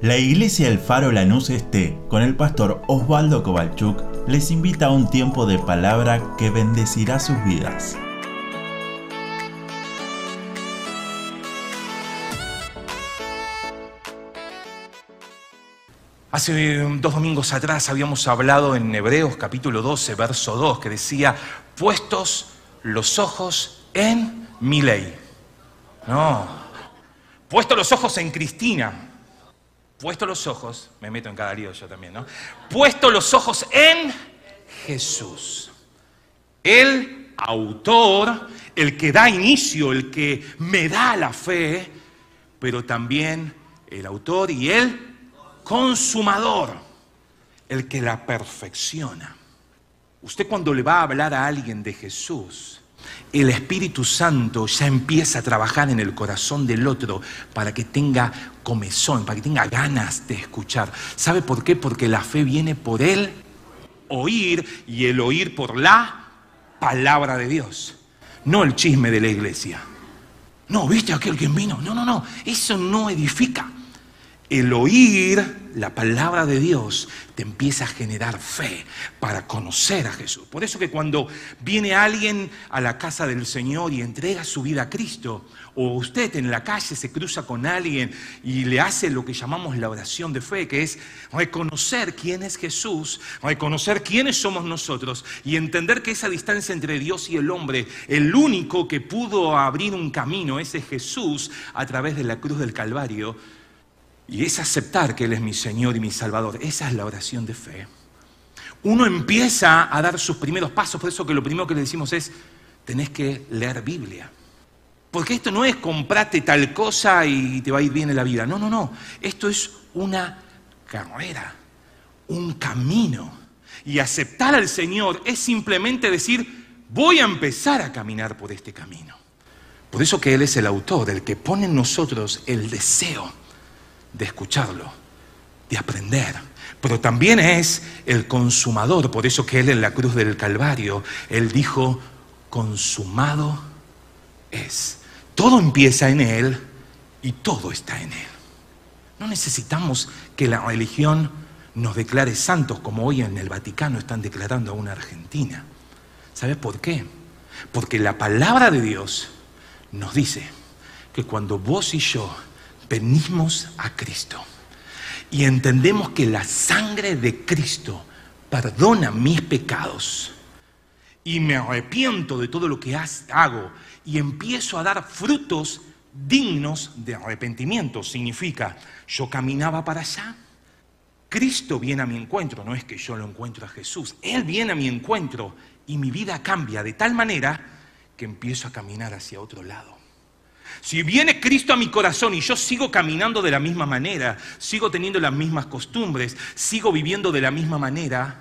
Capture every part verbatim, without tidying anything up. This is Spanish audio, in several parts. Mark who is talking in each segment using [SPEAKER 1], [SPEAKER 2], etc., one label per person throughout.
[SPEAKER 1] La Iglesia El Faro Lanús Este, con el pastor Osvaldo Kovalchuk, les invita a un tiempo de palabra que bendecirá sus vidas.
[SPEAKER 2] Hace dos domingos atrás habíamos hablado en Hebreos capítulo doce, verso dos, que decía, puestos los ojos en mi ley. No, puestos los ojos en Cristina. Puestos los ojos, me meto en cada lío yo también, ¿no? Puestos los ojos en Jesús. El autor, el que da inicio, el que me da la fe, pero también el autor y el consumador, el que la perfecciona. Usted cuando le va a hablar a alguien de Jesús, el Espíritu Santo ya empieza a trabajar en el corazón del otro para que tenga comezón, para que tenga ganas de escuchar. ¿Sabe por qué? Porque la fe viene por el oír y el oír por la palabra de Dios, no el chisme de la iglesia. No, ¿viste aquel quien vino? No, no, no, eso no edifica. El oír la palabra de Dios te empieza a generar fe para conocer a Jesús. Por eso que cuando viene alguien a la casa del Señor y entrega su vida a Cristo, o usted en la calle se cruza con alguien y le hace lo que llamamos la oración de fe, que es reconocer quién es Jesús, reconocer quiénes somos nosotros y entender que esa distancia entre Dios y el hombre, el único que pudo abrir un camino, ese es Jesús a través de la cruz del Calvario. Y es aceptar que Él es mi Señor y mi Salvador. Esa es la oración de fe. Uno empieza a dar sus primeros pasos, por eso que lo primero que le decimos es, tenés que leer Biblia. Porque esto no es comprate tal cosa y te va a ir bien en la vida. No, no, no. Esto es una carrera, un camino. Y aceptar al Señor es simplemente decir, voy a empezar a caminar por este camino. Por eso que Él es el autor, el que pone en nosotros el deseo de escucharlo, de aprender, pero también es el consumador. Por eso que Él en la cruz del Calvario, Él dijo, consumado es. Todo empieza en Él y todo está en Él. No necesitamos que la religión nos declare santos como hoy en el Vaticano están declarando a una Argentina. ¿Sabes por qué? Porque la palabra de Dios nos dice que cuando vos y yo venimos a Cristo y entendemos que la sangre de Cristo perdona mis pecados y me arrepiento de todo lo que hago y empiezo a dar frutos dignos de arrepentimiento. Significa, yo caminaba para allá, Cristo viene a mi encuentro, no es que yo lo encuentro a Jesús, Él viene a mi encuentro y mi vida cambia de tal manera que empiezo a caminar hacia otro lado. Si viene Cristo a mi corazón y yo sigo caminando de la misma manera, sigo teniendo las mismas costumbres, sigo viviendo de la misma manera,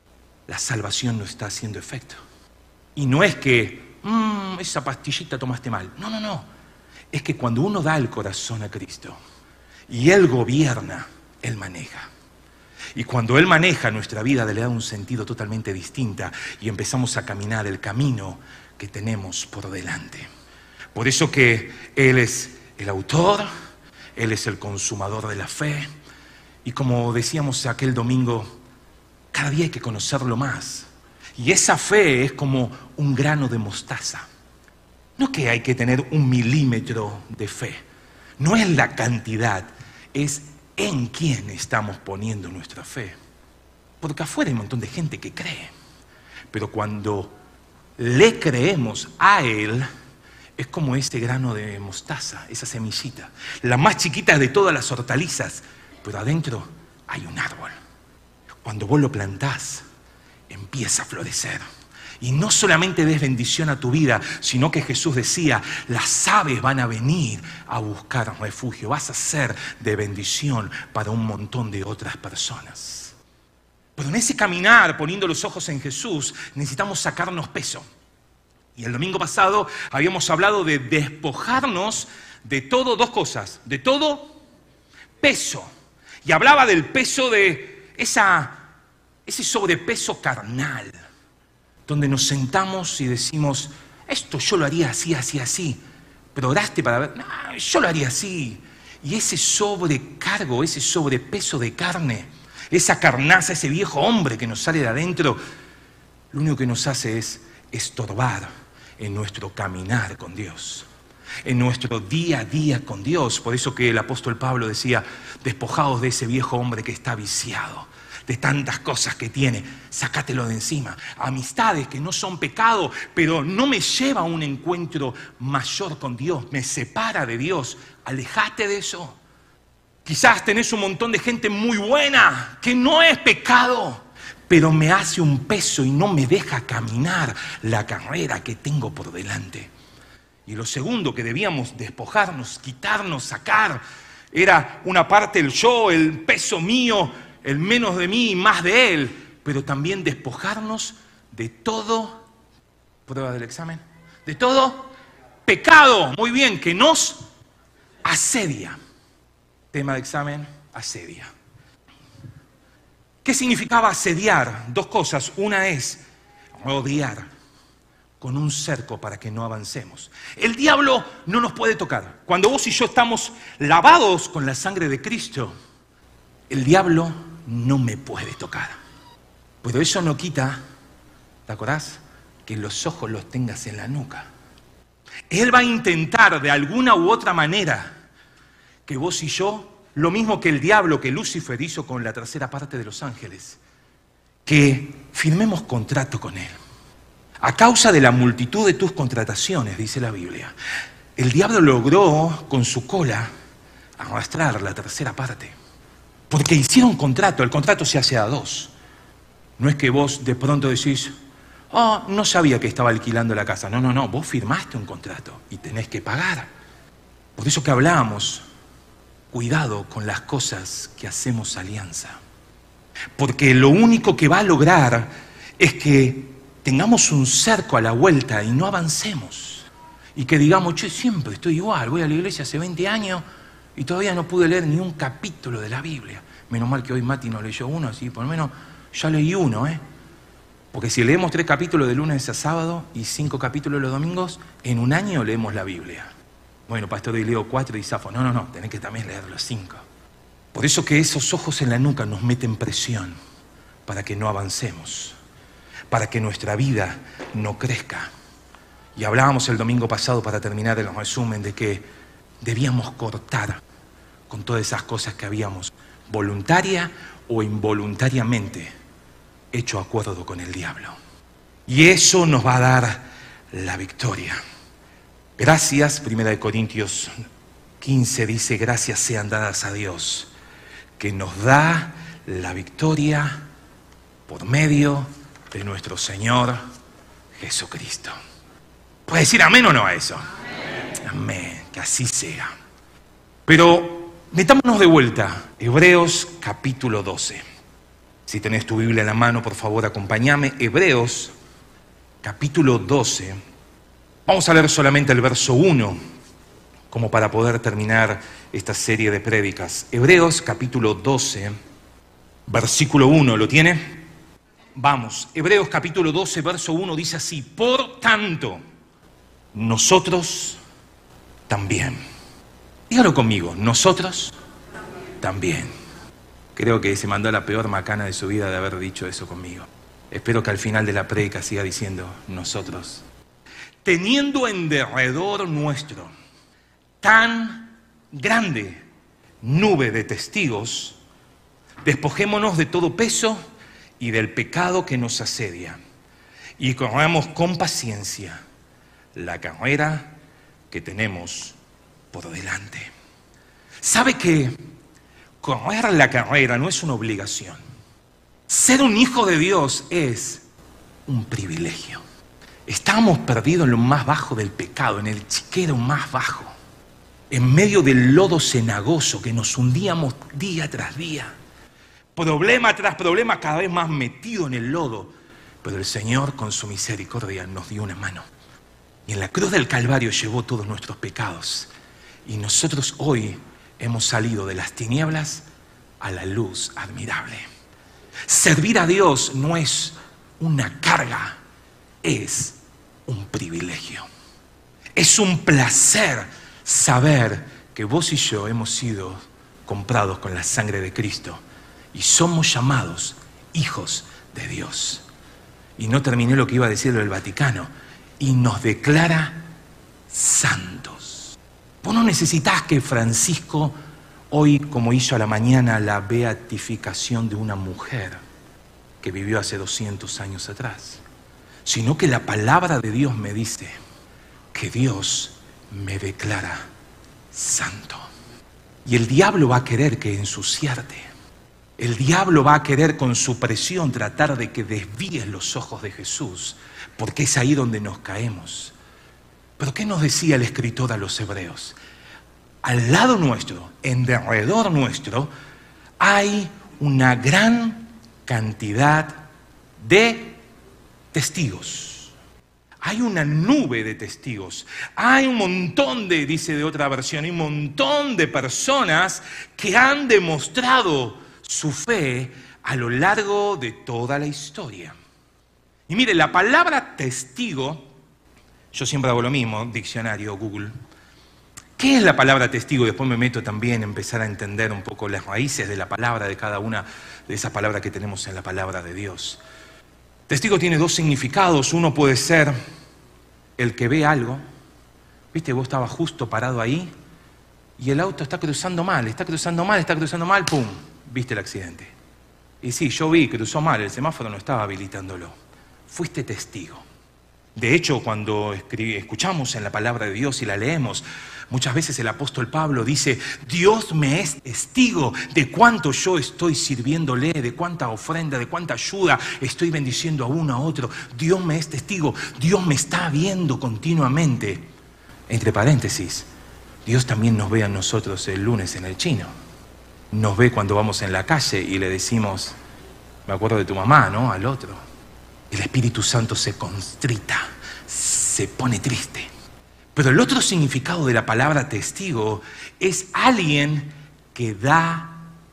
[SPEAKER 2] la salvación no está haciendo efecto. Y no es que, mmm, esa pastillita tomaste mal. No, no, no. Es que cuando uno da el corazón a Cristo y Él gobierna, Él maneja. Y cuando Él maneja, nuestra vida le da un sentido totalmente distinto y empezamos a caminar el camino que tenemos por delante. Por eso que Él es el autor, Él es el consumador de la fe. Y como decíamos aquel domingo, cada día hay que conocerlo más. Y esa fe es como un grano de mostaza. No que hay que tener un milímetro de fe. No es la cantidad, es en quién estamos poniendo nuestra fe. Porque afuera hay un montón de gente que cree. Pero cuando le creemos a Él, es como este grano de mostaza, esa semillita, la más chiquita de todas las hortalizas, pero adentro hay un árbol. Cuando vos lo plantás, empieza a florecer. Y no solamente des bendición a tu vida, sino que Jesús decía, las aves van a venir a buscar refugio, vas a ser de bendición para un montón de otras personas. Pero en ese caminar, poniendo los ojos en Jesús, necesitamos sacarnos peso. Y el domingo pasado habíamos hablado de despojarnos de todo, dos cosas, de todo peso. Y hablaba del peso de esa, ese sobrepeso carnal, donde nos sentamos y decimos, esto yo lo haría así, así, así. Pero oraste para ver, no, yo lo haría así. Y ese sobrecargo, ese sobrepeso de carne, esa carnaza, ese viejo hombre que nos sale de adentro, lo único que nos hace es estorbar en nuestro caminar con Dios, en nuestro día a día con Dios. Por eso que el apóstol Pablo decía, despojaos de ese viejo hombre que está viciado, de tantas cosas que tiene, sácatelo de encima. Amistades que no son pecado, pero no me lleva a un encuentro mayor con Dios, me separa de Dios. Alejate de eso. Quizás tenés un montón de gente muy buena, que no es pecado, pero me hace un peso y no me deja caminar la carrera que tengo por delante. Y lo segundo que debíamos despojarnos, quitarnos, sacar, era una parte el yo, el peso mío, el menos de mí y más de él, pero también despojarnos de todo, prueba del examen, de todo pecado, muy bien, que nos asedia. Tema de examen, asedia. ¿Qué significaba asediar? Dos cosas. Una es rodear con un cerco para que no avancemos. El diablo no nos puede tocar. Cuando vos y yo estamos lavados con la sangre de Cristo, el diablo no me puede tocar. Pero eso no quita, ¿te acordás? Que los ojos los tengas en la nuca. Él va a intentar de alguna u otra manera que vos y yo, lo mismo que el diablo, que Lucifer hizo con la tercera parte de los ángeles, que firmemos contrato con él. A causa de la multitud de tus contrataciones, dice la Biblia, el diablo logró con su cola arrastrar la tercera parte. Porque hicieron contrato, el contrato se hace a dos. No es que vos de pronto decís, oh, no sabía que estaba alquilando la casa. No, no, no, vos firmaste un contrato y tenés que pagar. Por eso que hablábamos, cuidado con las cosas que hacemos alianza. Porque lo único que va a lograr es que tengamos un cerco a la vuelta y no avancemos. Y que digamos, yo siempre estoy igual, voy a la iglesia hace veinte años y todavía no pude leer ni un capítulo de la Biblia. Menos mal que hoy Mati no leyó uno, así por lo menos ya leí uno, ¿eh? Porque si leemos tres capítulos de lunes a sábado y cinco capítulos los domingos, en un año leemos la Biblia. Bueno, pastor, hoy leo cuatro y zafo. No, no, no, tenés que también leer los cinco. Por eso que esos ojos en la nuca nos meten presión para que no avancemos, para que nuestra vida no crezca. Y hablábamos el domingo pasado, para terminar el resumen, de que debíamos cortar con todas esas cosas que habíamos, voluntaria o involuntariamente, hecho acuerdo con el diablo. Y eso nos va a dar la victoria. Gracias, Primera de Corintios quince dice, gracias sean dadas a Dios, que nos da la victoria por medio de nuestro Señor Jesucristo. ¿Puedes decir amén o no a eso? Amén. Amén, que así sea. Pero metámonos de vuelta, Hebreos capítulo doce. Si tenés tu Biblia en la mano, por favor, acompáñame. Hebreos capítulo doce. Vamos a leer solamente el verso uno, como para poder terminar esta serie de prédicas. Hebreos capítulo doce, versículo uno, ¿lo tiene? Vamos, Hebreos capítulo doce, verso uno dice así: por tanto, nosotros también. Dígalo conmigo, nosotros también. Creo que se mandó la peor macana de su vida de haber dicho eso conmigo. Espero que al final de la prédica siga diciendo nosotros. Teniendo en derredor nuestro tan grande nube de testigos, despojémonos de todo peso y del pecado que nos asedia, y corramos con paciencia la carrera que tenemos por delante. ¿Sabe que correr la carrera no es una obligación? Ser un hijo de Dios es un privilegio. Estábamos perdidos en lo más bajo del pecado, en el chiquero más bajo, en medio del lodo cenagoso que nos hundíamos día tras día, problema tras problema, cada vez más metido en el lodo. Pero el Señor, con su misericordia, nos dio una mano. Y en la cruz del Calvario llevó todos nuestros pecados. Y nosotros hoy hemos salido de las tinieblas a la luz admirable. Servir a Dios no es una carga, es un privilegio. Es un placer saber que vos y yo hemos sido comprados con la sangre de Cristo y somos llamados hijos de Dios. Y no terminé lo que iba a decir del Vaticano. Y nos declara santos. Vos no necesitás que Francisco hoy, como hizo a la mañana, la beatificación de una mujer que vivió hace doscientos años atrás, sino que la palabra de Dios me dice que Dios me declara santo. Y el diablo va a querer que ensuciarte. El diablo va a querer con su presión tratar de que desvíes los ojos de Jesús, porque es ahí donde nos caemos. Pero ¿qué nos decía el escritor a los hebreos? Al lado nuestro, en derredor nuestro, hay una gran cantidad de testigos. Hay una nube de testigos. Hay un montón de, dice de otra versión, hay un montón de personas que han demostrado su fe a lo largo de toda la historia. Y mire, la palabra testigo, yo siempre hago lo mismo, diccionario, Google. ¿Qué es la palabra testigo? Después me meto también a empezar a entender un poco las raíces de la palabra, de cada una de esas palabras que tenemos en la palabra de Dios. Testigo tiene dos significados. Uno puede ser el que ve algo. Viste, vos estabas justo parado ahí y el auto está cruzando mal, está cruzando mal, está cruzando mal, ¡pum! Viste el accidente. Y sí, yo vi, cruzó mal, el semáforo no estaba habilitándolo. Fuiste testigo. De hecho, cuando escuchamos en la palabra de Dios y la leemos, muchas veces el apóstol Pablo dice: Dios me es testigo de cuánto yo estoy sirviéndole, de cuánta ofrenda, de cuánta ayuda estoy bendiciendo a uno a otro. Dios me es testigo, Dios me está viendo continuamente. Entre paréntesis, Dios también nos ve a nosotros el lunes en el chino. Nos ve cuando vamos en la calle y le decimos: me acuerdo de tu mamá, ¿no? Al otro. El Espíritu Santo se constrita, se pone triste. Pero el otro significado de la palabra testigo es alguien que da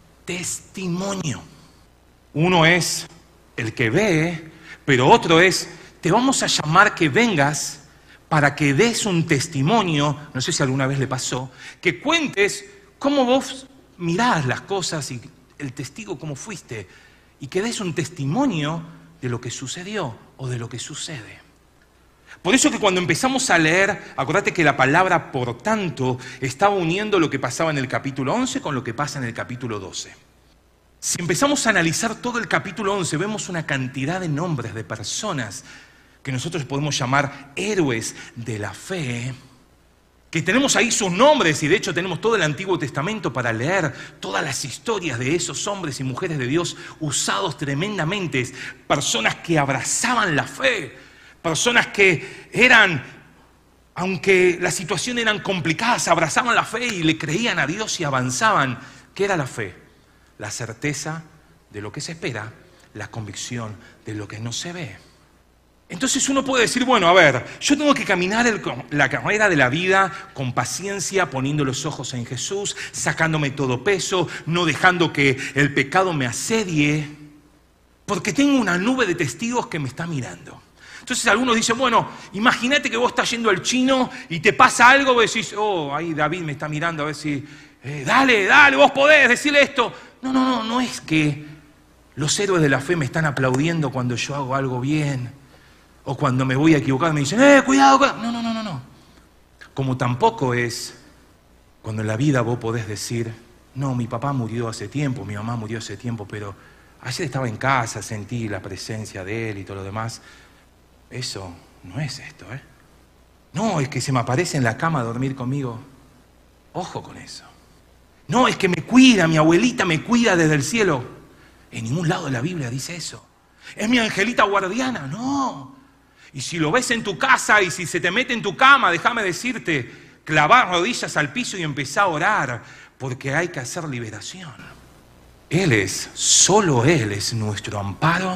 [SPEAKER 2] testimonio. Uno es el que ve, pero otro es: te vamos a llamar que vengas para que des un testimonio, no sé si alguna vez le pasó, que cuentes cómo vos mirás las cosas y el testigo cómo fuiste, y que des un testimonio de lo que sucedió o de lo que sucede. Por eso que cuando empezamos a leer, acordate que la palabra por tanto estaba uniendo lo que pasaba en el capítulo once con lo que pasa en el capítulo doce. Si empezamos a analizar todo el capítulo once, vemos una cantidad de nombres de personas que nosotros podemos llamar héroes de la fe, que tenemos ahí sus nombres, y de hecho tenemos todo el Antiguo Testamento para leer todas las historias de esos hombres y mujeres de Dios usados tremendamente, personas que abrazaban la fe, personas que eran, aunque la situación eran complicadas, abrazaban la fe y le creían a Dios y avanzaban. ¿Qué era la fe? La certeza de lo que se espera, la convicción de lo que no se ve. Entonces uno puede decir: bueno, a ver, yo tengo que caminar el, la carrera de la vida con paciencia, poniendo los ojos en Jesús, sacándome todo peso, no dejando que el pecado me asedie, porque tengo una nube de testigos que me está mirando. Entonces algunos dicen: bueno, imagínate que vos estás yendo al chino y te pasa algo, vos decís: oh, ahí David me está mirando a ver si, eh, dale, dale, vos podés decirle esto. No, no, no, no es que los héroes de la fe me están aplaudiendo cuando yo hago algo bien, o cuando me voy a equivocar me dicen: eh, cuidado, cuidado. No, no, no, no, no. Como tampoco es cuando en la vida vos podés decir: no, mi papá murió hace tiempo, mi mamá murió hace tiempo, pero ayer estaba en casa, sentí la presencia de él y todo lo demás. Eso no es esto, ¿eh? No, es que se me aparece en la cama a dormir conmigo. Ojo con eso. No, es que me cuida, mi abuelita me cuida desde el cielo. En ningún lado de la Biblia dice eso. Es mi angelita guardiana. No. Y si lo ves en tu casa y si se te mete en tu cama, déjame decirte, clavar rodillas al piso y empezar a orar, porque hay que hacer liberación. Él es, solo Él es nuestro amparo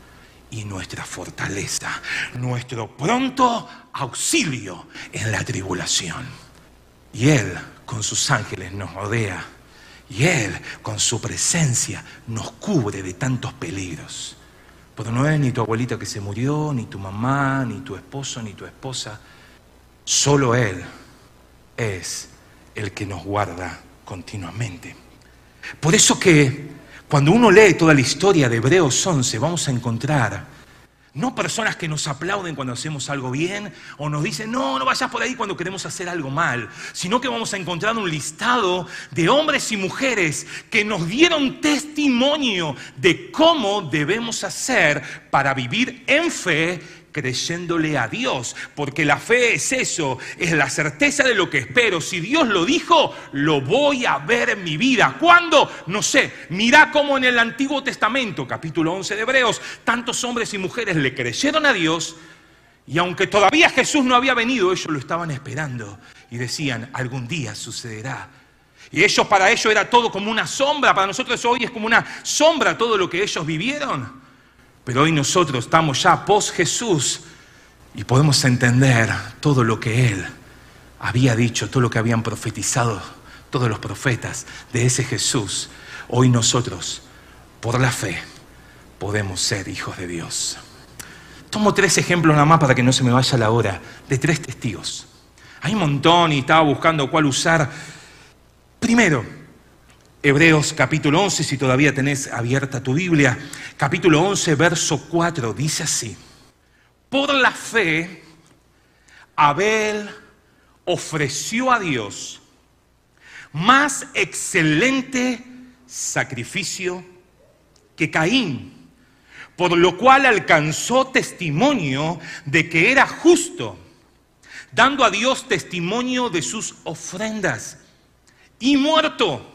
[SPEAKER 2] y nuestra fortaleza, nuestro pronto auxilio en la tribulación. Y Él con sus ángeles nos rodea, y Él con su presencia nos cubre de tantos peligros. Pero no es ni tu abuelita que se murió, ni tu mamá, ni tu esposo, ni tu esposa. Solo Él es el que nos guarda continuamente. Por eso que cuando uno lee toda la historia de Hebreos once, vamos a encontrar no personas que nos aplauden cuando hacemos algo bien o nos dicen, no, no vayas por ahí cuando queremos hacer algo mal, sino que vamos a encontrar un listado de hombres y mujeres que nos dieron testimonio de cómo debemos hacer para vivir en fe, creyéndole a Dios, porque la fe es eso, es la certeza de lo que espero. Si Dios lo dijo, lo voy a ver en mi vida. ¿Cuándo? No sé. Mirá cómo en el Antiguo Testamento, capítulo once de Hebreos, tantos hombres y mujeres le creyeron a Dios, y aunque todavía Jesús no había venido, ellos lo estaban esperando y decían, algún día sucederá. Y ellos, para ellos era todo como una sombra, para nosotros hoy es como una sombra todo lo que ellos vivieron. Pero hoy nosotros estamos ya post Jesús y podemos entender todo lo que Él había dicho, todo lo que habían profetizado todos los profetas de ese Jesús. Hoy nosotros, por la fe, podemos ser hijos de Dios. Tomo tres ejemplos nada más para que no se me vaya la hora, de tres testigos. Hay un montón y estaba buscando cuál usar. Primero, Hebreos capítulo once, si todavía tenés abierta tu Biblia, capítulo once, verso cuatro, dice así: por la fe, Abel ofreció a Dios más excelente sacrificio que Caín, por lo cual alcanzó testimonio de que era justo, dando a Dios testimonio de sus ofrendas, y muerto,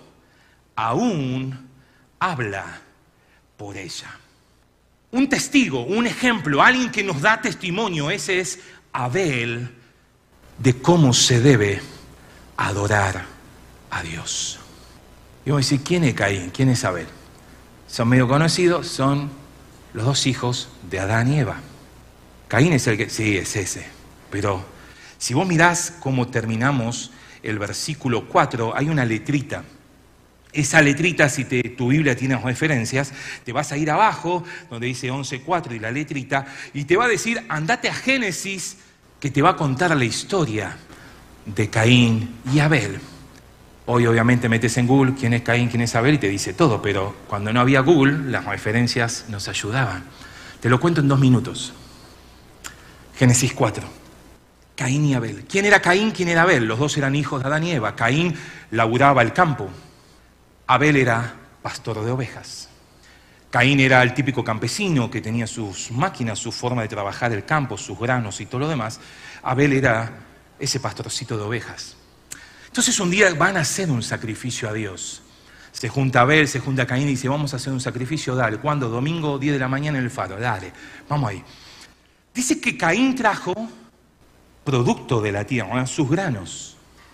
[SPEAKER 2] aún habla por ella. Un testigo, un ejemplo, alguien que nos da testimonio, ese es Abel, de cómo se debe adorar a Dios. Y vamos a decir, ¿quién es Caín? ¿Quién es Abel? Son medio conocidos, son los dos hijos de Adán y Eva. Caín es el que, sí, es ese. Pero si vos mirás cómo terminamos el versículo cuatro, hay una letrita. Esa letrita, si te, tu Biblia tiene referencias, te vas a ir abajo, donde dice once cuatro y la letrita, y te va a decir, andate a Génesis, que te va a contar la historia de Caín y Abel. Hoy obviamente metes en Google quién es Caín, quién es Abel, y te dice todo, pero cuando no había Google, las referencias nos ayudaban. Te lo cuento en dos minutos. Génesis cuatro. Caín y Abel. ¿Quién era Caín? ¿Quién era Abel? Los dos eran hijos de Adán y Eva. Caín laburaba el campo. Abel era pastor de ovejas. Caín era el típico campesino que tenía sus máquinas, su forma de trabajar el campo, sus granos y todo lo demás. Abel era ese pastorcito de ovejas. Entonces un día van a hacer un sacrificio a Dios. Se junta Abel, se junta Caín y dice, vamos a hacer un sacrificio, dale. ¿Cuándo? Domingo, diez de la mañana en el faro, dale. Vamos ahí. Dice que Caín trajo producto de la tierra, sus granos.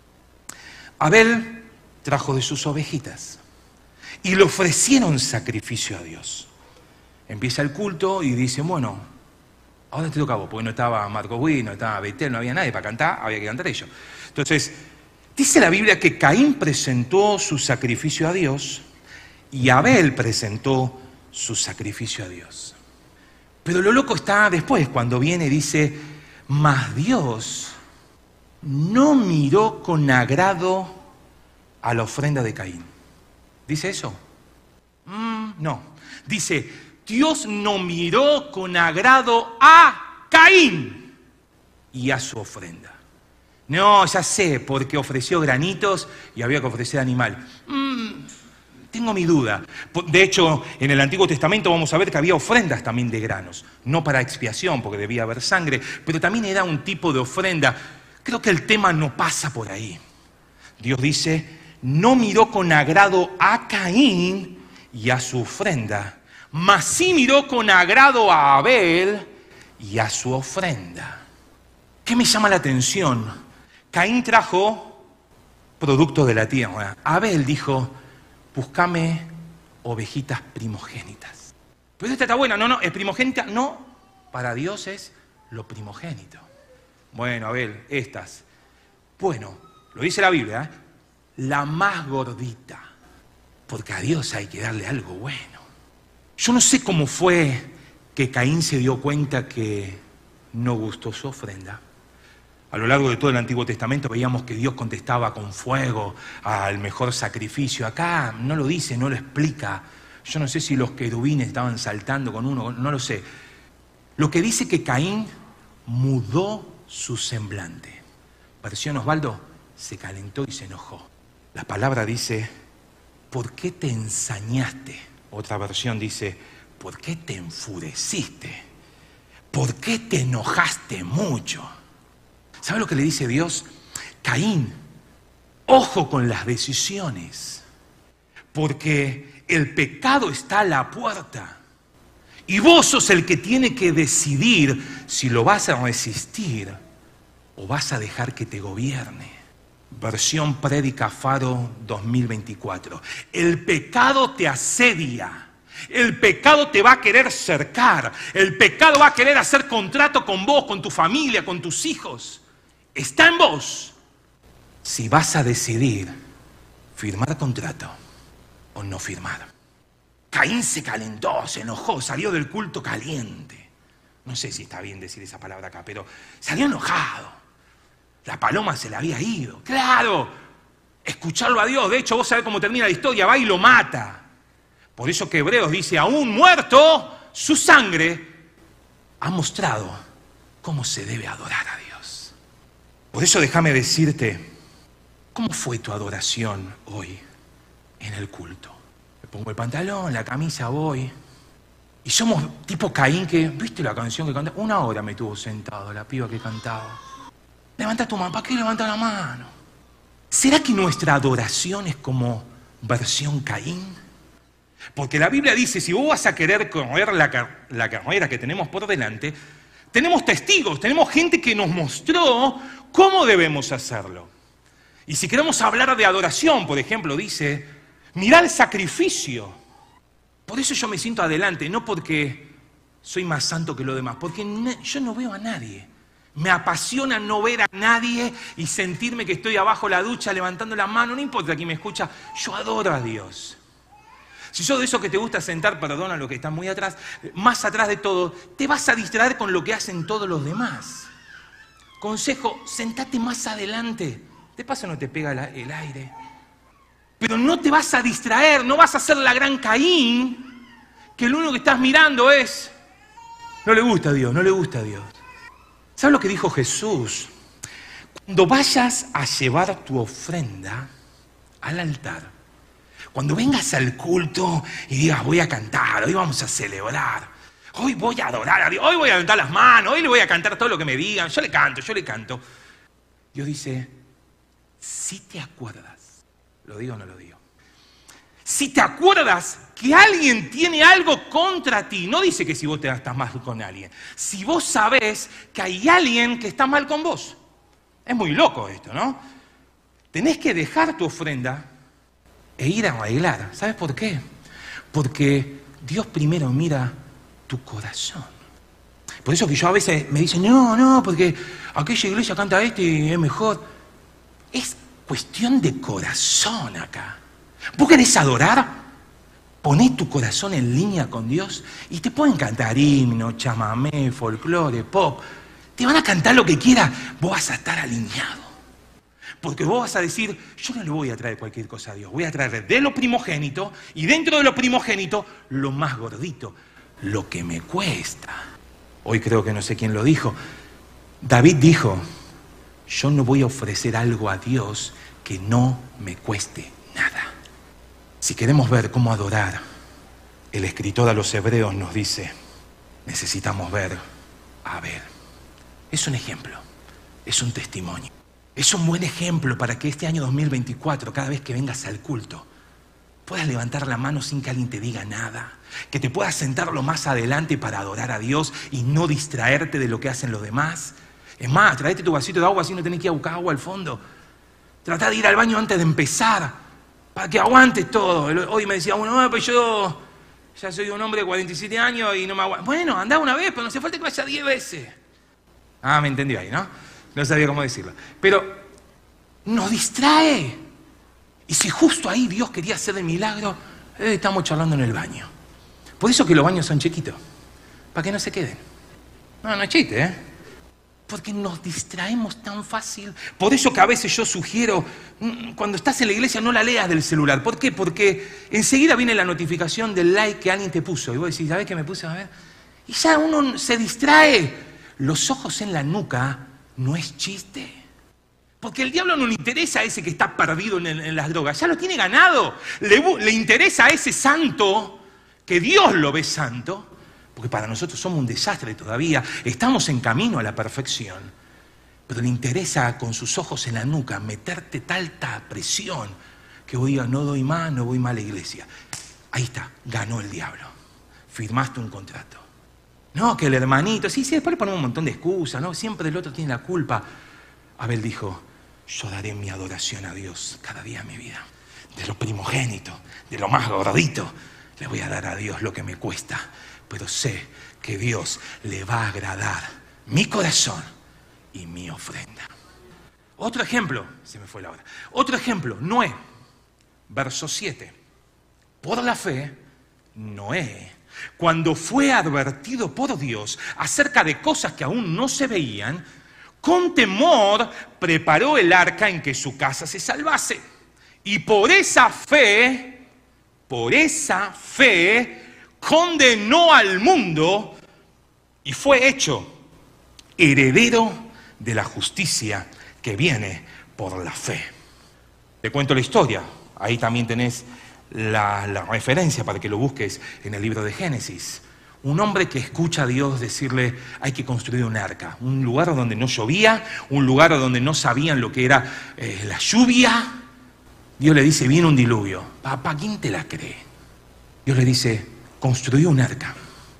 [SPEAKER 2] Abel trajo de sus ovejitas. Y le ofrecieron sacrificio a Dios. Empieza el culto y dice, bueno, ahora te toca a vos, porque no estaba Marco Witt, no estaba Betel, no había nadie para cantar, había que cantar ellos. Entonces, dice la Biblia que Caín presentó su sacrificio a Dios y Abel presentó su sacrificio a Dios. Pero lo loco está después, cuando viene y dice, mas Dios no miró con agrado a la ofrenda de Caín. ¿Dice eso? Mm, no. Dice, Dios no miró con agrado a Caín y a su ofrenda. No, ya sé, porque ofreció granitos y había que ofrecer animal. Mm, tengo mi duda. De hecho, en el Antiguo Testamento vamos a ver que había ofrendas también de granos. No para expiación, porque debía haber sangre, pero también era un tipo de ofrenda. Creo que el tema no pasa por ahí. Dios dice, no miró con agrado a Caín y a su ofrenda, mas sí miró con agrado a Abel y a su ofrenda. ¿Qué me llama la atención? Caín trajo producto de la tierra. Abel dijo, búscame ovejitas primogénitas. Pero esta está buena, no, no, es primogénita, no, para Dios es lo primogénito. Bueno, Abel, estas. Bueno, lo dice la Biblia, ¿eh? La más gordita, porque a Dios hay que darle algo bueno. Yo no sé cómo fue que Caín se dio cuenta que no gustó su ofrenda. A lo largo de todo el Antiguo Testamento veíamos que Dios contestaba con fuego al mejor sacrificio. Acá no lo dice, no lo explica. Yo no sé si los querubines estaban saltando con uno, no lo sé. Lo que dice que Caín mudó su semblante. Versión Osvaldo, se calentó y se enojó. La palabra dice, ¿por qué te ensañaste? Otra versión dice, ¿por qué te enfureciste? ¿Por qué te enojaste mucho? ¿Sabe lo que le dice Dios? Caín, ojo con las decisiones, porque el pecado está a la puerta y vos sos el que tiene que decidir si lo vas a resistir o vas a dejar que te gobierne. Versión Prédica Faro dos mil veinticuatro. El pecado te asedia. El pecado te va a querer cercar. El pecado va a querer hacer contrato con vos, con tu familia, con tus hijos. Está en vos si vas a decidir firmar contrato o no firmar. Caín se calentó, se enojó, salió del culto caliente. No sé si está bien decir esa palabra acá, pero salió enojado. La paloma se le había ido. Claro, escucharlo a Dios. De hecho, vos sabés cómo termina la historia, va y lo mata. Por eso que Hebreos dice, aún muerto, su sangre ha mostrado cómo se debe adorar a Dios. Por eso déjame decirte, ¿cómo fue tu adoración hoy en el culto? Me pongo el pantalón, la camisa, voy. Y somos tipo Caín que, ¿viste la canción que cantaba? Una hora me tuvo sentado la piba que cantaba. Levanta tu mano, ¿para qué levanta la mano? ¿Será que nuestra adoración es como versión Caín? Porque la Biblia dice, si vos vas a querer correr la, car- la carrera que tenemos por delante, tenemos testigos, tenemos gente que nos mostró cómo debemos hacerlo. Y si queremos hablar de adoración, por ejemplo, dice, mirá el sacrificio. Por eso yo me siento adelante, no porque soy más santo que los demás, porque na- yo no veo a nadie. Me apasiona no ver a nadie y sentirme que estoy abajo la ducha levantando la mano, no importa quién me escucha, yo adoro a Dios. Si sos de esos que te gusta sentar, perdona lo que está muy atrás, más atrás de todo, te vas a distraer con lo que hacen todos los demás. Consejo, sentate más adelante. De paso no te pega la, el aire. Pero no te vas a distraer, no vas a ser la gran Caín, que lo único que estás mirando es, no le gusta a Dios, no le gusta a Dios. ¿Sabes lo que dijo Jesús? Cuando vayas a llevar tu ofrenda al altar, cuando vengas al culto y digas, voy a cantar, hoy vamos a celebrar, hoy voy a adorar a Dios, hoy voy a levantar las manos, hoy le voy a cantar todo lo que me digan, yo le canto, yo le canto. Dios dice, si te acuerdas, ¿lo digo o no lo digo? Si te acuerdas que alguien tiene algo contra ti, no dice que si vos te estás mal con alguien, si vos sabés que hay alguien que está mal con vos. Es muy loco esto, ¿no? Tenés que dejar tu ofrenda e ir a arreglar. ¿Sabes por qué? Porque Dios primero mira tu corazón. Por eso que yo a veces me dicen, no, no, porque aquella iglesia canta este y es mejor. Es cuestión de corazón acá. ¿Vos querés adorar? Poné tu corazón en línea con Dios y te pueden cantar himno, chamamé, folclore, pop. Te van a cantar lo que quieras, vos vas a estar alineado. Porque vos vas a decir, yo no le voy a traer cualquier cosa a Dios, voy a traerle de lo primogénito y dentro de lo primogénito lo más gordito, lo que me cuesta. Hoy creo que no sé quién lo dijo. David dijo, yo no voy a ofrecer algo a Dios que no me cueste nada. Si queremos ver cómo adorar, el escritor a los Hebreos nos dice, necesitamos ver a Abel. Es un ejemplo, es un testimonio. Es un buen ejemplo para que este año dos mil veinticuatro, cada vez que vengas al culto, puedas levantar la mano sin que alguien te diga nada, que te puedas sentar lo más adelante para adorar a Dios y no distraerte de lo que hacen los demás. Es más, traete tu vasito de agua así no tenés que ir a buscar agua al fondo. Tratá de ir al baño antes de empezar, para que aguantes todo. Hoy me decía uno, no, pues yo ya soy un hombre de cuarenta y siete años y no me aguanto. Bueno, andá una vez, pero no hace falta que vaya diez veces. Ah, me entendió ahí, ¿no? No sabía cómo decirlo. Pero nos distrae. Y si justo ahí Dios quería hacer el milagro, eh, estamos charlando en el baño. Por eso que los baños son chiquitos, para que no se queden. No, no es chiste, ¿eh? Porque nos distraemos tan fácil. Por eso que a veces yo sugiero, cuando estás en la iglesia no la leas del celular. ¿Por qué? Porque enseguida viene la notificación del like que alguien te puso. Y vos decís, ¿sabés qué me puse? A ver. Y ya uno se distrae. Los ojos en la nuca no es chiste. Porque el diablo no le interesa a ese que está perdido en, en las drogas. Ya lo tiene ganado. Le, le interesa a ese santo, que Dios lo ve santo. Porque para nosotros somos un desastre todavía. Estamos en camino a la perfección. Pero le interesa con sus ojos en la nuca meterte tanta presión que vos digas, no doy más, no voy más a la iglesia. Ahí está, ganó el diablo. Firmaste un contrato. No, que el hermanito, sí, sí, después le ponemos un montón de excusas, ¿no? Siempre el otro tiene la culpa. Abel dijo, yo daré mi adoración a Dios cada día de mi vida. De lo primogénito, de lo más gordito, le voy a dar a Dios lo que me cuesta. Pero sé que Dios le va a agradar mi corazón y mi ofrenda. Otro ejemplo, se me fue la hora. Otro ejemplo, Noé, verso siete. Por la fe, Noé, cuando fue advertido por Dios acerca de cosas que aún no se veían, con temor preparó el arca en que su casa se salvase. Y por esa fe, por esa fe, condenó al mundo y fue hecho heredero de la justicia que viene por la fe. Te cuento la historia. Ahí también tenés la, la referencia para que lo busques en el libro de Génesis. Un hombre que escucha a Dios decirle, hay que construir un arca. Un lugar donde no llovía, un lugar donde no sabían lo que era eh, la lluvia. Dios le dice, viene un diluvio. Papá, ¿quién te la cree? Dios le dice, construyó un arca.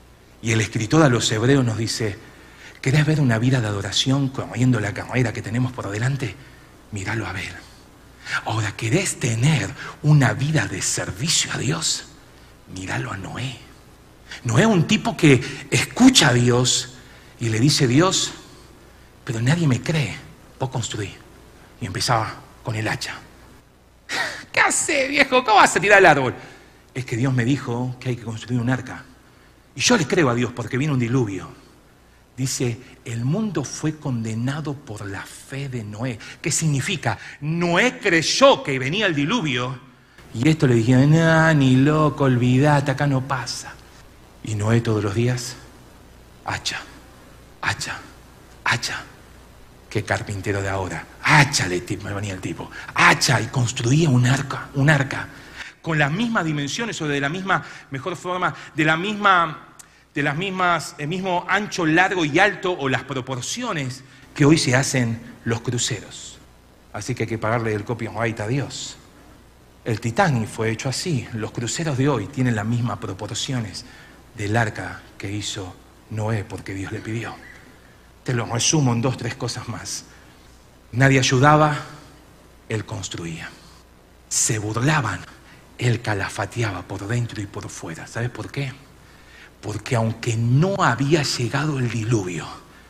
[SPEAKER 2] Y el escritor a los hebreos nos dice, ¿querés ver una vida de adoración corriendo la carrera que tenemos por delante? Míralo a ver. Ahora, ¿querés tener una vida de servicio a Dios? Míralo a Noé. Noé es un tipo que escucha a Dios y le dice, Dios, pero nadie me cree, vos construí. Y empezaba con el hacha. ¿Qué hace, viejo? ¿Cómo vas a tirar el árbol? Es que Dios me dijo que hay que construir un arca. Y yo le creo a Dios porque viene un diluvio. Dice, el mundo fue condenado por la fe de Noé. ¿Qué significa? Noé creyó que venía el diluvio. Y esto le dijeron, nah, ni loco, olvidate, acá no pasa. Y Noé todos los días, hacha, hacha, hacha. Qué carpintero de ahora. Hacha, le venía el tipo. Hacha, y construía un arca, un arca. Con las mismas dimensiones o de la misma, mejor forma, de la misma, de las mismas, el mismo ancho, largo y alto o las proporciones que hoy se hacen los cruceros. Así que hay que pagarle el copyright a Dios. El Titanic fue hecho así. Los cruceros de hoy tienen las mismas proporciones del arca que hizo Noé porque Dios le pidió. Te lo resumo en dos, tres cosas más. Nadie ayudaba, él construía. Se burlaban, él calafateaba por dentro y por fuera. ¿Sabes por qué? Porque aunque no había llegado el diluvio,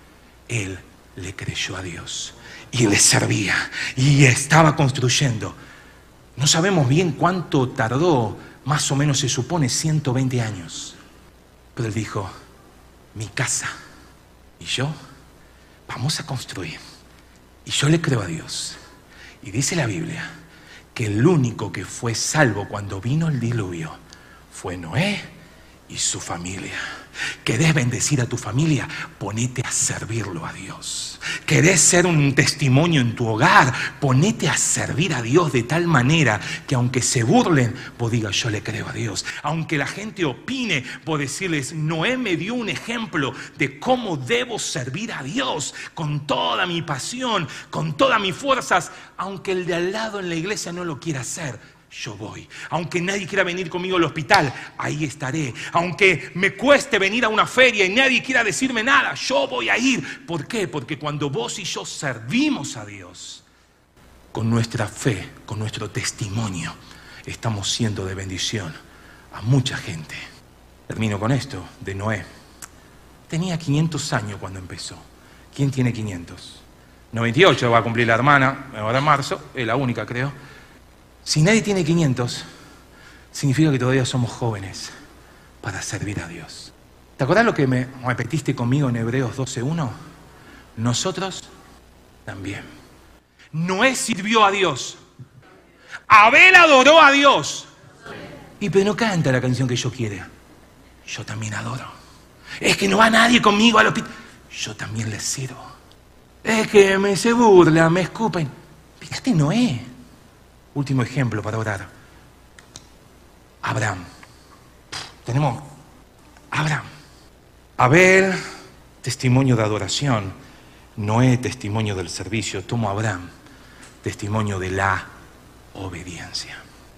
[SPEAKER 2] él le creyó a Dios y le servía y estaba construyendo. No sabemos bien cuánto tardó, más o menos se supone ciento veinte años. Pero él dijo, mi casa y yo vamos a construir. Y yo le creo a Dios. Y dice la Biblia que el único que fue salvo cuando vino el diluvio fue Noé y su familia. ¿Querés bendecir a tu familia? Ponete a servirlo a Dios. ¿Querés ser un testimonio en tu hogar? Ponete a servir a Dios de tal manera que aunque se burlen, vos digas, yo le creo a Dios. Aunque la gente opine, vos decirles, Noé me dio un ejemplo de cómo debo servir a Dios con toda mi pasión, con todas mis fuerzas, aunque el de al lado en la iglesia no lo quiera hacer. Yo voy. Aunque nadie quiera venir conmigo al hospital, ahí estaré. Aunque me cueste venir a una feria y nadie quiera decirme nada, yo voy a ir. ¿Por qué? Porque cuando vos y yo servimos a Dios, con nuestra fe, con nuestro testimonio, estamos siendo de bendición a mucha gente. Termino con esto de Noé. Tenía quinientos años cuando empezó. ¿Quién tiene quinientos? noventa y ocho va a cumplir la hermana, ahora en marzo, es la única creo. Si nadie tiene quinientos, significa que todavía somos jóvenes para servir a Dios. ¿Te acordás lo que me repetiste conmigo en Hebreos doce uno? nosotros también. Noé sirvió a Dios. Abel adoró a Dios. Y pero no canta la canción que yo quiera. Yo también adoro. Es que no va nadie conmigo al hospital. Yo también les sirvo. Es que me se burla, me escupen. Fíjate, Noé. Último ejemplo para orar. Abraham. Tenemos Abraham. Abel, testimonio de adoración. Noé, testimonio del servicio. Tomo a Abraham, testimonio de la obediencia.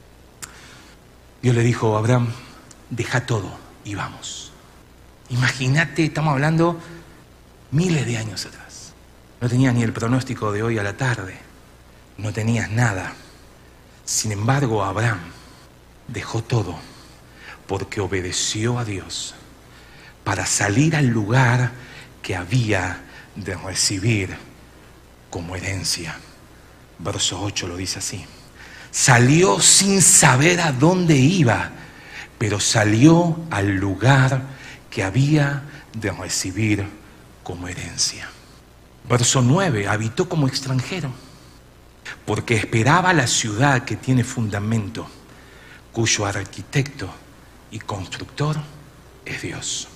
[SPEAKER 2] Dios le dijo a Abraham, deja todo y vamos. Imagínate, estamos hablando miles de años atrás. No tenías ni el pronóstico de hoy a la tarde. No tenías nada. Sin embargo, Abraham dejó todo porque obedeció a Dios para salir al lugar que había de recibir como herencia. Verso ocho lo dice así. Salió sin saber a dónde iba, pero salió al lugar que había de recibir como herencia. Verso nueve. Habitó como extranjero, porque esperaba la ciudad que tiene fundamento, cuyo arquitecto y constructor es Dios.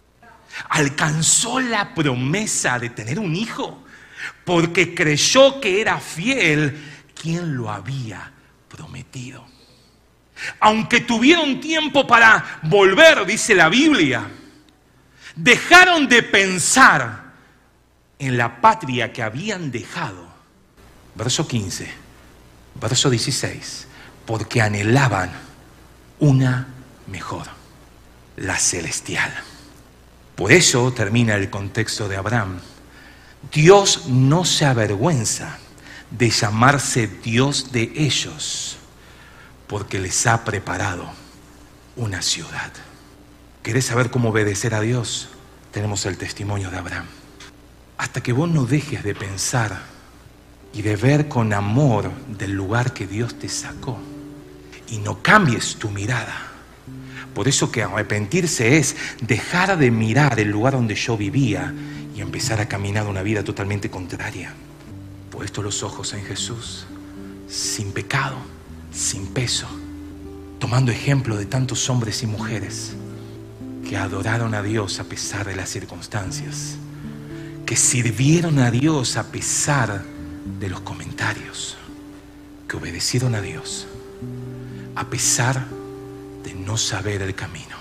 [SPEAKER 2] Alcanzó la promesa de tener un hijo porque creyó que era fiel quien lo había prometido. Aunque tuvieron tiempo para volver, dice la Biblia, dejaron de pensar en la patria que habían dejado. Verso quince, verso dieciséis, porque anhelaban una mejor, la celestial. Por eso termina el contexto de Abraham. Dios no se avergüenza de llamarse Dios de ellos, porque les ha preparado una ciudad. ¿Querés saber cómo obedecer a Dios? Tenemos el testimonio de Abraham. Hasta que vos no dejes de pensar y de ver con amor del lugar que Dios te sacó y no cambies tu mirada. Por eso que arrepentirse es dejar de mirar el lugar donde yo vivía y empezar a caminar una vida totalmente contraria. Puesto los ojos en Jesús, sin pecado, sin peso, tomando ejemplo de tantos hombres y mujeres que adoraron a Dios a pesar de las circunstancias, que sirvieron a Dios a pesar de los comentarios, que obedecieron a Dios a pesar de no saber el camino.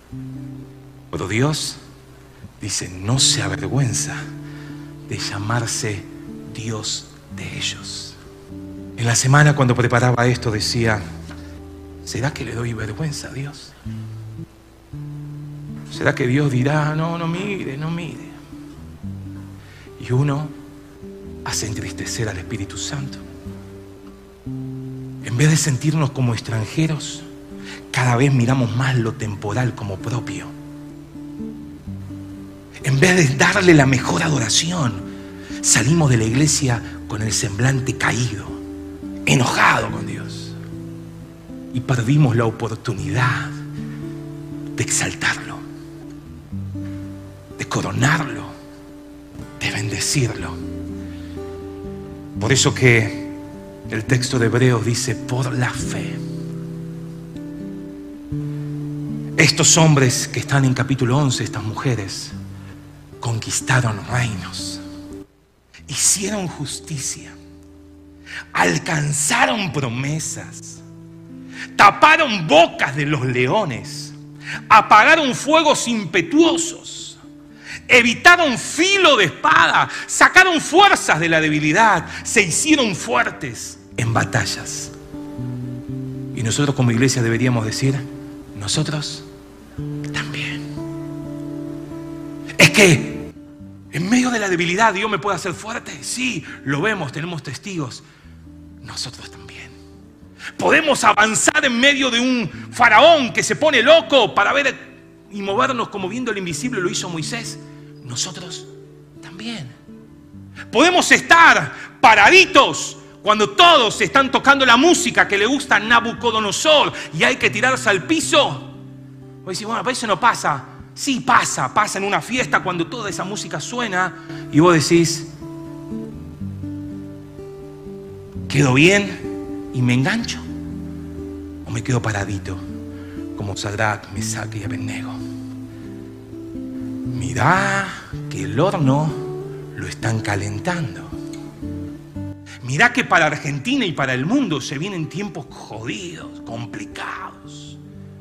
[SPEAKER 2] Pero Dios dice, no se avergüenza de llamarse Dios de ellos. En la semana cuando preparaba esto decía, ¿será que le doy vergüenza a Dios? ¿Será que Dios dirá, no, no mire, no mire? Y uno hace entristecer al Espíritu Santo. En vez de sentirnos como extranjeros, cada vez miramos más lo temporal como propio. En vez de darle la mejor adoración, salimos de la iglesia con el semblante caído, enojado con Dios. Y perdimos la oportunidad de exaltarlo, de coronarlo, de bendecirlo. Por eso que el texto de Hebreos dice, por la fe. Estos hombres que están en capítulo once, estas mujeres, conquistaron reinos, hicieron justicia, alcanzaron promesas, taparon bocas de los leones, apagaron fuegos impetuosos, evitaron filo de espada, sacaron fuerzas de la debilidad, se hicieron fuertes en batallas. Y nosotros como iglesia deberíamos decir, nosotros también. Es que en medio de la debilidad Dios me puede hacer fuerte. Sí, lo vemos, tenemos testigos. Nosotros también. Podemos avanzar en medio de un faraón que se pone loco para ver y movernos como viendo el invisible, lo hizo Moisés. Nosotros también. Podemos estar paraditos cuando todos están tocando la música que le gusta a Nabucodonosor y hay que tirarse al piso. Vos decís, bueno, pero eso no pasa. Sí, pasa, pasa en una fiesta cuando toda esa música suena y vos decís, ¿quedo bien y me engancho? ¿O me quedo paradito como Sadrach, Mesach y Abednego? Mirá que el horno lo están calentando. Mirá que para Argentina y para el mundo se vienen tiempos jodidos, complicados.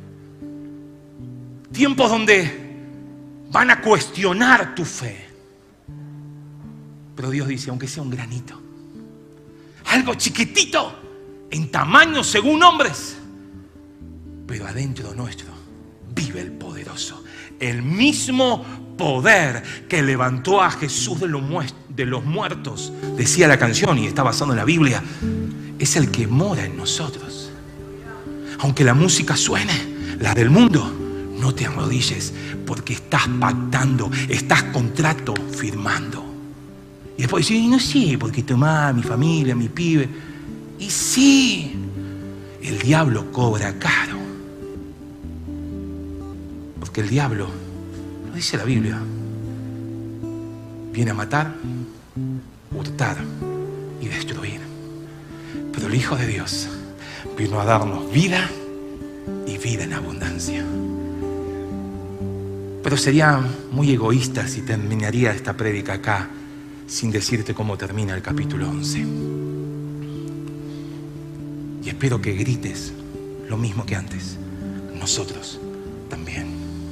[SPEAKER 2] Tiempos donde van a cuestionar tu fe. Pero Dios dice, aunque sea un granito, algo chiquitito, en tamaño según hombres, pero adentro nuestro vive el poderoso. El mismo poder que levantó a Jesús de los, de los muertos, decía la canción y está basado en la Biblia, es el que mora en nosotros. Aunque la música suene, la del mundo, no te arrodilles porque estás pactando, estás contrato firmando. Y después decís, no sé, porque tomá mi familia, mi pibe. Y sí, el diablo cobra caro. Porque el diablo, lo dice la Biblia, viene a matar, hurtar y destruir. Pero el Hijo de Dios vino a darnos vida y vida en abundancia. Pero sería muy egoísta si terminaría esta prédica acá sin decirte cómo termina el capítulo once. Y espero que grites lo mismo que antes. Nosotros también.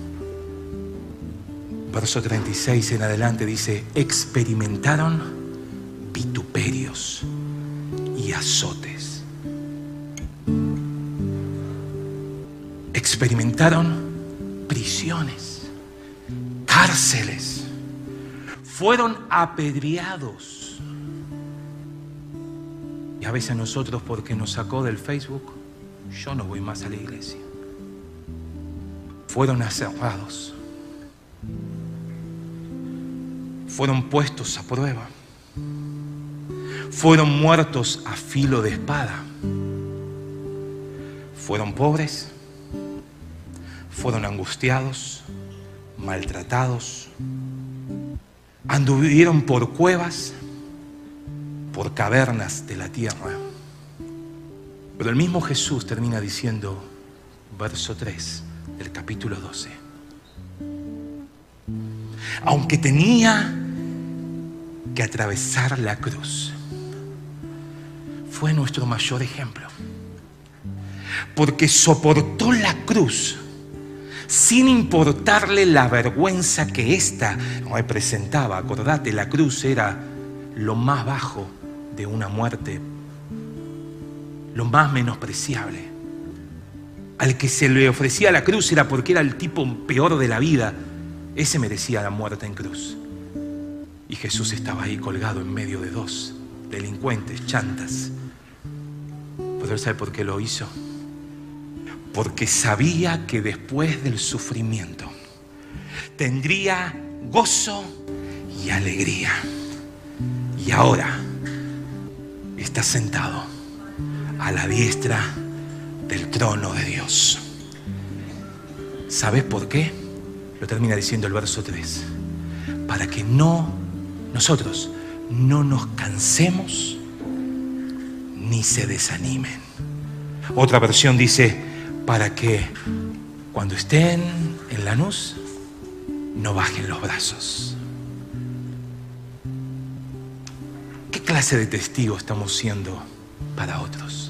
[SPEAKER 2] Verso treinta y seis en adelante dice, experimentaron vituperios y azotes. Experimentaron prisiones, cárceles. Fueron apedreados. Y a veces nosotros, porque nos sacó del Facebook, yo no voy más a la iglesia. Fueron aserrados. Fueron puestos a prueba. Fueron muertos a filo de espada. Fueron pobres. Fueron angustiados, maltratados. Anduvieron por cuevas, por cavernas de la tierra. Pero el mismo Jesús termina diciendo, verso tres del capítulo doce, aunque tenía que atravesar la cruz, fue nuestro mayor ejemplo, porque soportó la cruz sin importarle la vergüenza que ésta representaba. Acordate, la cruz era lo más bajo de una muerte, lo más menospreciable. Al que se le ofrecía la cruz era porque era el tipo peor de la vida. Ese merecía la muerte en cruz. Y Jesús estaba ahí colgado en medio de dos delincuentes, chantas. ¿Pero él sabe por qué lo hizo? Porque sabía que después del sufrimiento tendría gozo y alegría. Y ahora está sentado a la diestra del trono de Dios. ¿Sabes por qué? Lo termina diciendo el verso tres. Para que no, nosotros, no nos cansemos ni se desanimen. Otra versión dice, para que cuando estén en la luz no bajen los brazos. ¿Qué clase de testigos estamos siendo para otros?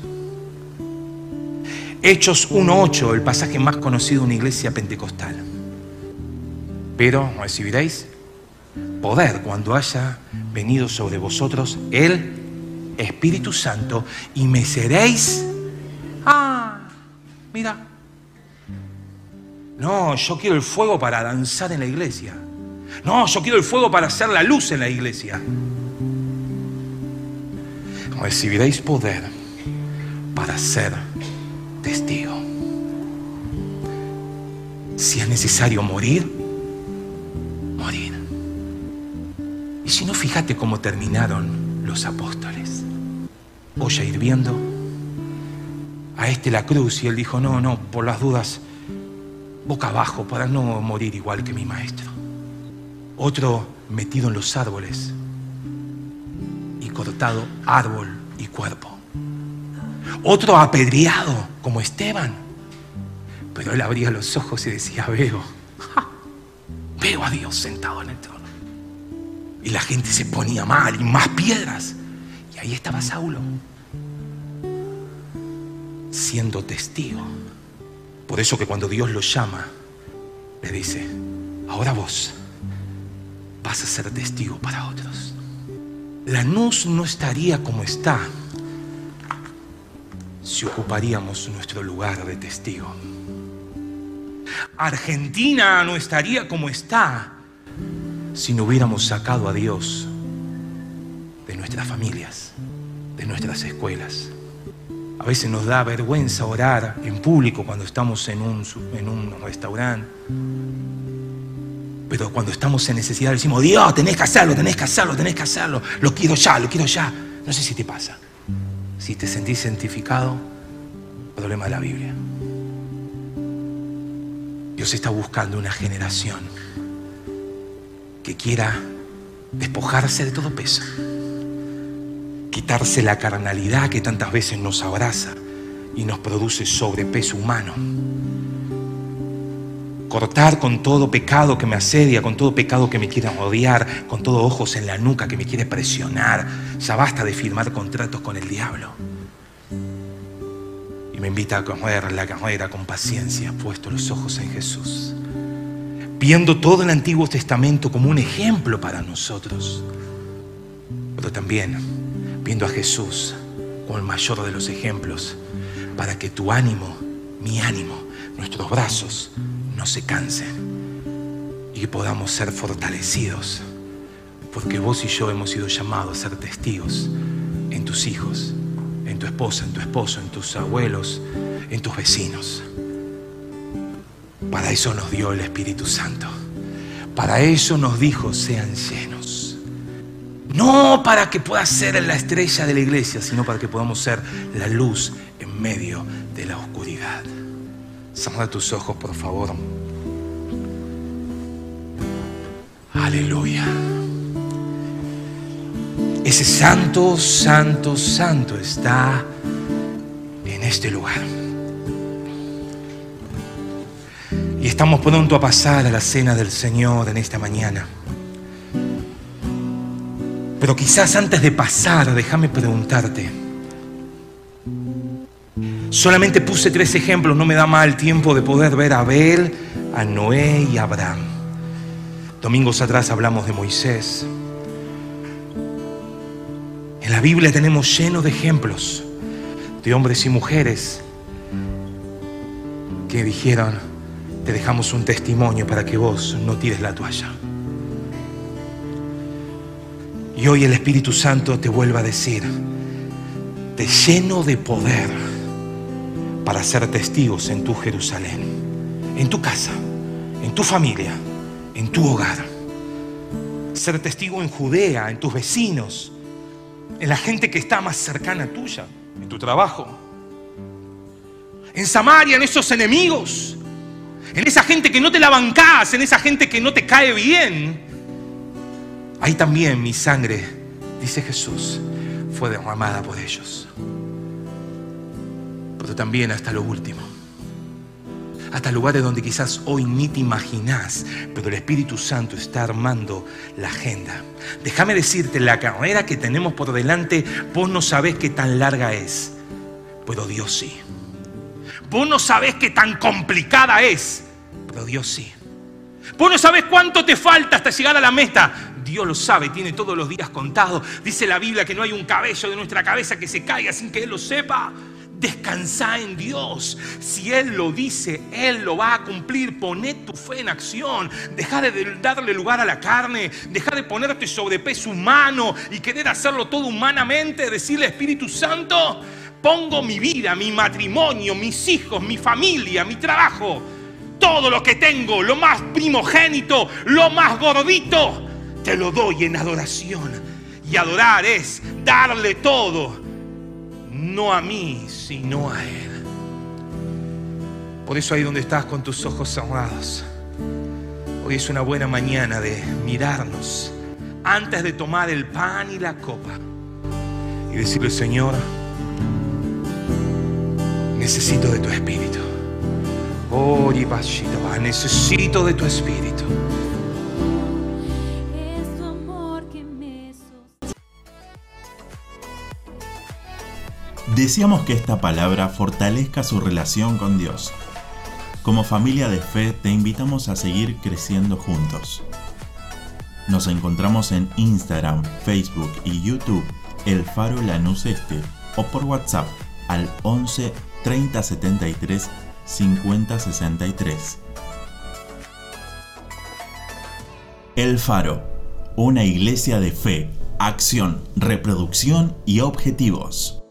[SPEAKER 2] Hechos uno ocho, el pasaje más conocido de una iglesia pentecostal. Pero recibiréis poder cuando haya venido sobre vosotros el Espíritu Santo y me seréis. Ah, mira. No, yo quiero el fuego para danzar en la iglesia. No, yo quiero el fuego para hacer la luz en la iglesia. Recibiréis poder para ser testigo. Si es necesario morir, morir. Y si no, fíjate cómo terminaron los apóstoles. Olla hirviendo, a este la cruz, y él dijo, no, no, por las dudas, boca abajo para no morir igual que mi maestro. Otro metido en los árboles y cortado árbol y cuerpo. Otro apedreado como Esteban. Pero él abría los ojos y decía, veo, ja, veo a Dios sentado en el trono. Y la gente se ponía mal y más piedras. Y ahí estaba Saulo, siendo testigo. Por eso que cuando Dios lo llama, le dice, ahora vos vas a ser testigo para otros. Lanús no estaría como está si ocuparíamos nuestro lugar de testigo. Argentina no estaría como está si no hubiéramos sacado a Dios de nuestras familias, de nuestras escuelas. A veces nos da vergüenza orar en público cuando estamos en un, en un restaurante. Pero cuando estamos en necesidad decimos, Dios, tenés que hacerlo, tenés que hacerlo, tenés que hacerlo. Lo quiero ya, lo quiero ya. No sé si te pasa. Si te sentís identificado, problema de la Biblia. Dios está buscando una generación que quiera despojarse de todo peso, quitarse la carnalidad que tantas veces nos abraza y nos produce sobrepeso humano, cortar con todo pecado que me asedia, con todo pecado que me quiere odiar, con todo ojos en la nuca que me quiere presionar. Ya basta de firmar contratos con el diablo. Y me invita a comer la carrera con paciencia, puesto los ojos en Jesús, viendo todo el Antiguo Testamento como un ejemplo para nosotros, pero también viendo a Jesús como el mayor de los ejemplos, para que tu ánimo, mi ánimo, nuestros brazos no se cansen y que podamos ser fortalecidos, porque vos y yo hemos sido llamados a ser testigos en tus hijos, en tu esposa, en tu esposo, en tus abuelos, en tus vecinos. Para eso nos dio el Espíritu Santo. Para eso nos dijo, sean llenos. No para que puedas ser la estrella de la iglesia, sino para que podamos ser la luz en medio de la oscuridad. Cierra tus ojos, por favor. Aleluya. Ese santo, santo, santo está en este lugar. Y estamos pronto a pasar a la cena del Señor en esta mañana. Pero quizás antes de pasar, déjame preguntarte. Solamente puse tres ejemplos, no me da mal tiempo de poder ver a Abel, a Noé y a Abraham. Domingos atrás hablamos de Moisés. En la Biblia tenemos lleno de ejemplos de hombres y mujeres que dijeron, te dejamos un testimonio para que vos no tires la toalla. Y hoy el Espíritu Santo te vuelve a decir, te lleno de poder para ser testigos en tu Jerusalén, en tu casa, en tu familia, en tu hogar. Ser testigo en Judea, en tus vecinos, en la gente que está más cercana tuya, en tu trabajo, en Samaria, en esos enemigos, en esa gente que no te la bancás, en esa gente que no te cae bien. Ahí también mi sangre, dice Jesús, fue derramada por ellos. Pero también hasta lo último, hasta lugares donde quizás hoy ni te imaginás, pero el Espíritu Santo está armando la agenda. Déjame decirte, la carrera que tenemos por delante, vos no sabés qué tan larga es, pero Dios sí. Vos no sabés qué tan complicada es, pero Dios sí. Vos no sabés cuánto te falta hasta llegar a la meta. Dios lo sabe, tiene todos los días contados. Dice la Biblia que no hay un cabello de nuestra cabeza que se caiga sin que Él lo sepa. Descansá en Dios. Si Él lo dice, Él lo va a cumplir. Poné tu fe en acción. Dejá de darle lugar a la carne. Dejá de ponerte sobrepeso humano y querer hacerlo todo humanamente. Decirle, Espíritu Santo, pongo mi vida, mi matrimonio, mis hijos, mi familia, mi trabajo, todo lo que tengo, lo más primogénito, lo más gordito, te lo doy en adoración. Y adorar es darle todo, no a mí, sino a Él. Por eso ahí donde estás con tus ojos cerrados, hoy es una buena mañana de mirarnos antes de tomar el pan y la copa y decirle: Señor, necesito de tu espíritu. Oh, necesito de tu espíritu.
[SPEAKER 3] Es tu amor que me sostiene.
[SPEAKER 1] Deseamos que esta palabra fortalezca su relación con Dios. Como familia de fe te invitamos a seguir creciendo juntos. Nos encontramos en Instagram, Facebook y YouTube, El Faro Lanús Este, o por WhatsApp al once treinta setenta y tres cincuenta sesenta y tres. El Faro, una iglesia de fe, acción, reproducción y objetivos.